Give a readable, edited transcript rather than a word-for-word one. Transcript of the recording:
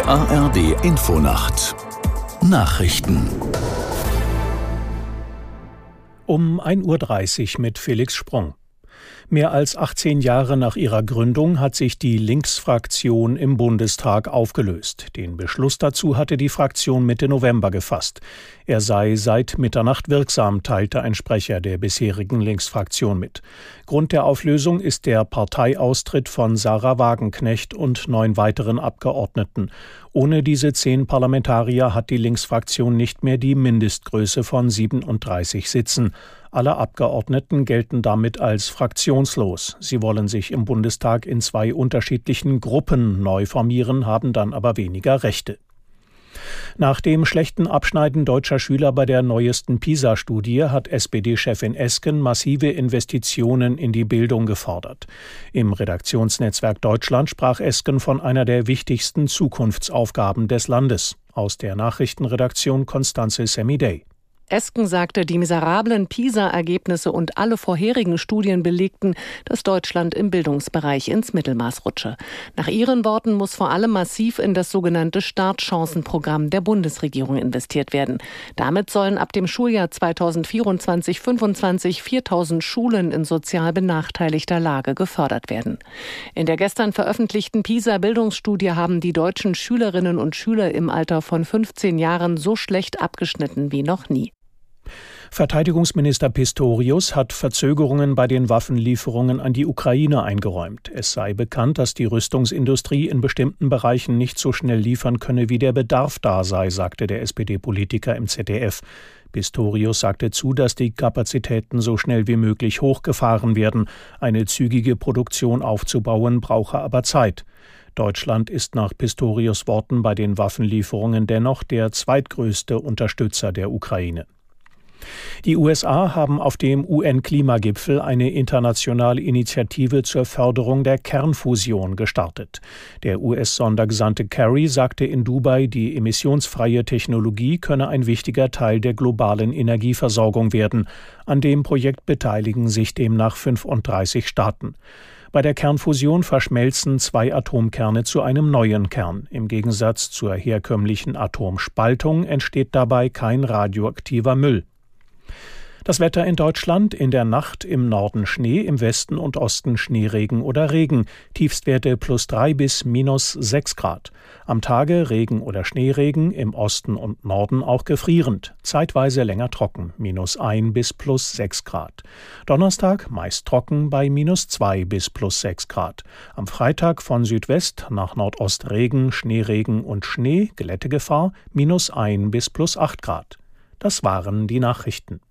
ARD Infonacht Nachrichten um 1:30 Uhr mit Felix Sprung. Mehr als 18 Jahre nach ihrer Gründung hat sich die Linksfraktion im Bundestag aufgelöst. Den Beschluss dazu hatte die Fraktion Mitte November gefasst. Er sei seit Mitternacht wirksam, teilte ein Sprecher der bisherigen Linksfraktion mit. Grund der Auflösung ist der Parteiaustritt von Sarah Wagenknecht und 9 weiteren Abgeordneten. Ohne diese 10 Parlamentarier hat die Linksfraktion nicht mehr die Mindestgröße von 37 Sitzen. Alle Abgeordneten gelten damit als fraktionslos. Sie wollen sich im Bundestag in 2 unterschiedlichen Gruppen neu formieren, haben dann aber weniger Rechte. Nach dem schlechten Abschneiden deutscher Schüler bei der neuesten PISA-Studie hat SPD-Chefin Esken massive Investitionen in die Bildung gefordert. Im Redaktionsnetzwerk Deutschland sprach Esken von einer der wichtigsten Zukunftsaufgaben des Landes. Aus der Nachrichtenredaktion Constanze Semidey. Esken sagte, die miserablen PISA-Ergebnisse und alle vorherigen Studien belegten, dass Deutschland im Bildungsbereich ins Mittelmaß rutsche. Nach ihren Worten muss vor allem massiv in das sogenannte Startchancenprogramm der Bundesregierung investiert werden. Damit sollen ab dem Schuljahr 2024/25 4.000 Schulen in sozial benachteiligter Lage gefördert werden. In der gestern veröffentlichten PISA-Bildungsstudie haben die deutschen Schülerinnen und Schüler im Alter von 15 Jahren so schlecht abgeschnitten wie noch nie. Verteidigungsminister Pistorius hat Verzögerungen bei den Waffenlieferungen an die Ukraine eingeräumt. Es sei bekannt, dass die Rüstungsindustrie in bestimmten Bereichen nicht so schnell liefern könne, wie der Bedarf da sei, sagte der SPD-Politiker im ZDF. Pistorius sagte zu, dass die Kapazitäten so schnell wie möglich hochgefahren werden. Eine zügige Produktion aufzubauen, brauche aber Zeit. Deutschland ist nach Pistorius' Worten bei den Waffenlieferungen dennoch der zweitgrößte Unterstützer der Ukraine. Die USA haben auf dem UN-Klimagipfel eine internationale Initiative zur Förderung der Kernfusion gestartet. Der US-Sondergesandte Kerry sagte in Dubai, die emissionsfreie Technologie könne ein wichtiger Teil der globalen Energieversorgung werden. An dem Projekt beteiligen sich demnach 35 Staaten. Bei der Kernfusion verschmelzen 2 Atomkerne zu einem neuen Kern. Im Gegensatz zur herkömmlichen Atomspaltung entsteht dabei kein radioaktiver Müll. Das Wetter in Deutschland: in der Nacht im Norden Schnee, im Westen und Osten Schneeregen oder Regen. Tiefstwerte +3 bis -6 Grad. Am Tage Regen oder Schneeregen, im Osten und Norden auch gefrierend. Zeitweise länger trocken, -1 bis +6 Grad. Donnerstag meist trocken bei -2 bis +6 Grad. Am Freitag von Südwest nach Nordost Regen, Schneeregen und Schnee, Glättegefahr, -1 bis +8 Grad. Das waren die Nachrichten.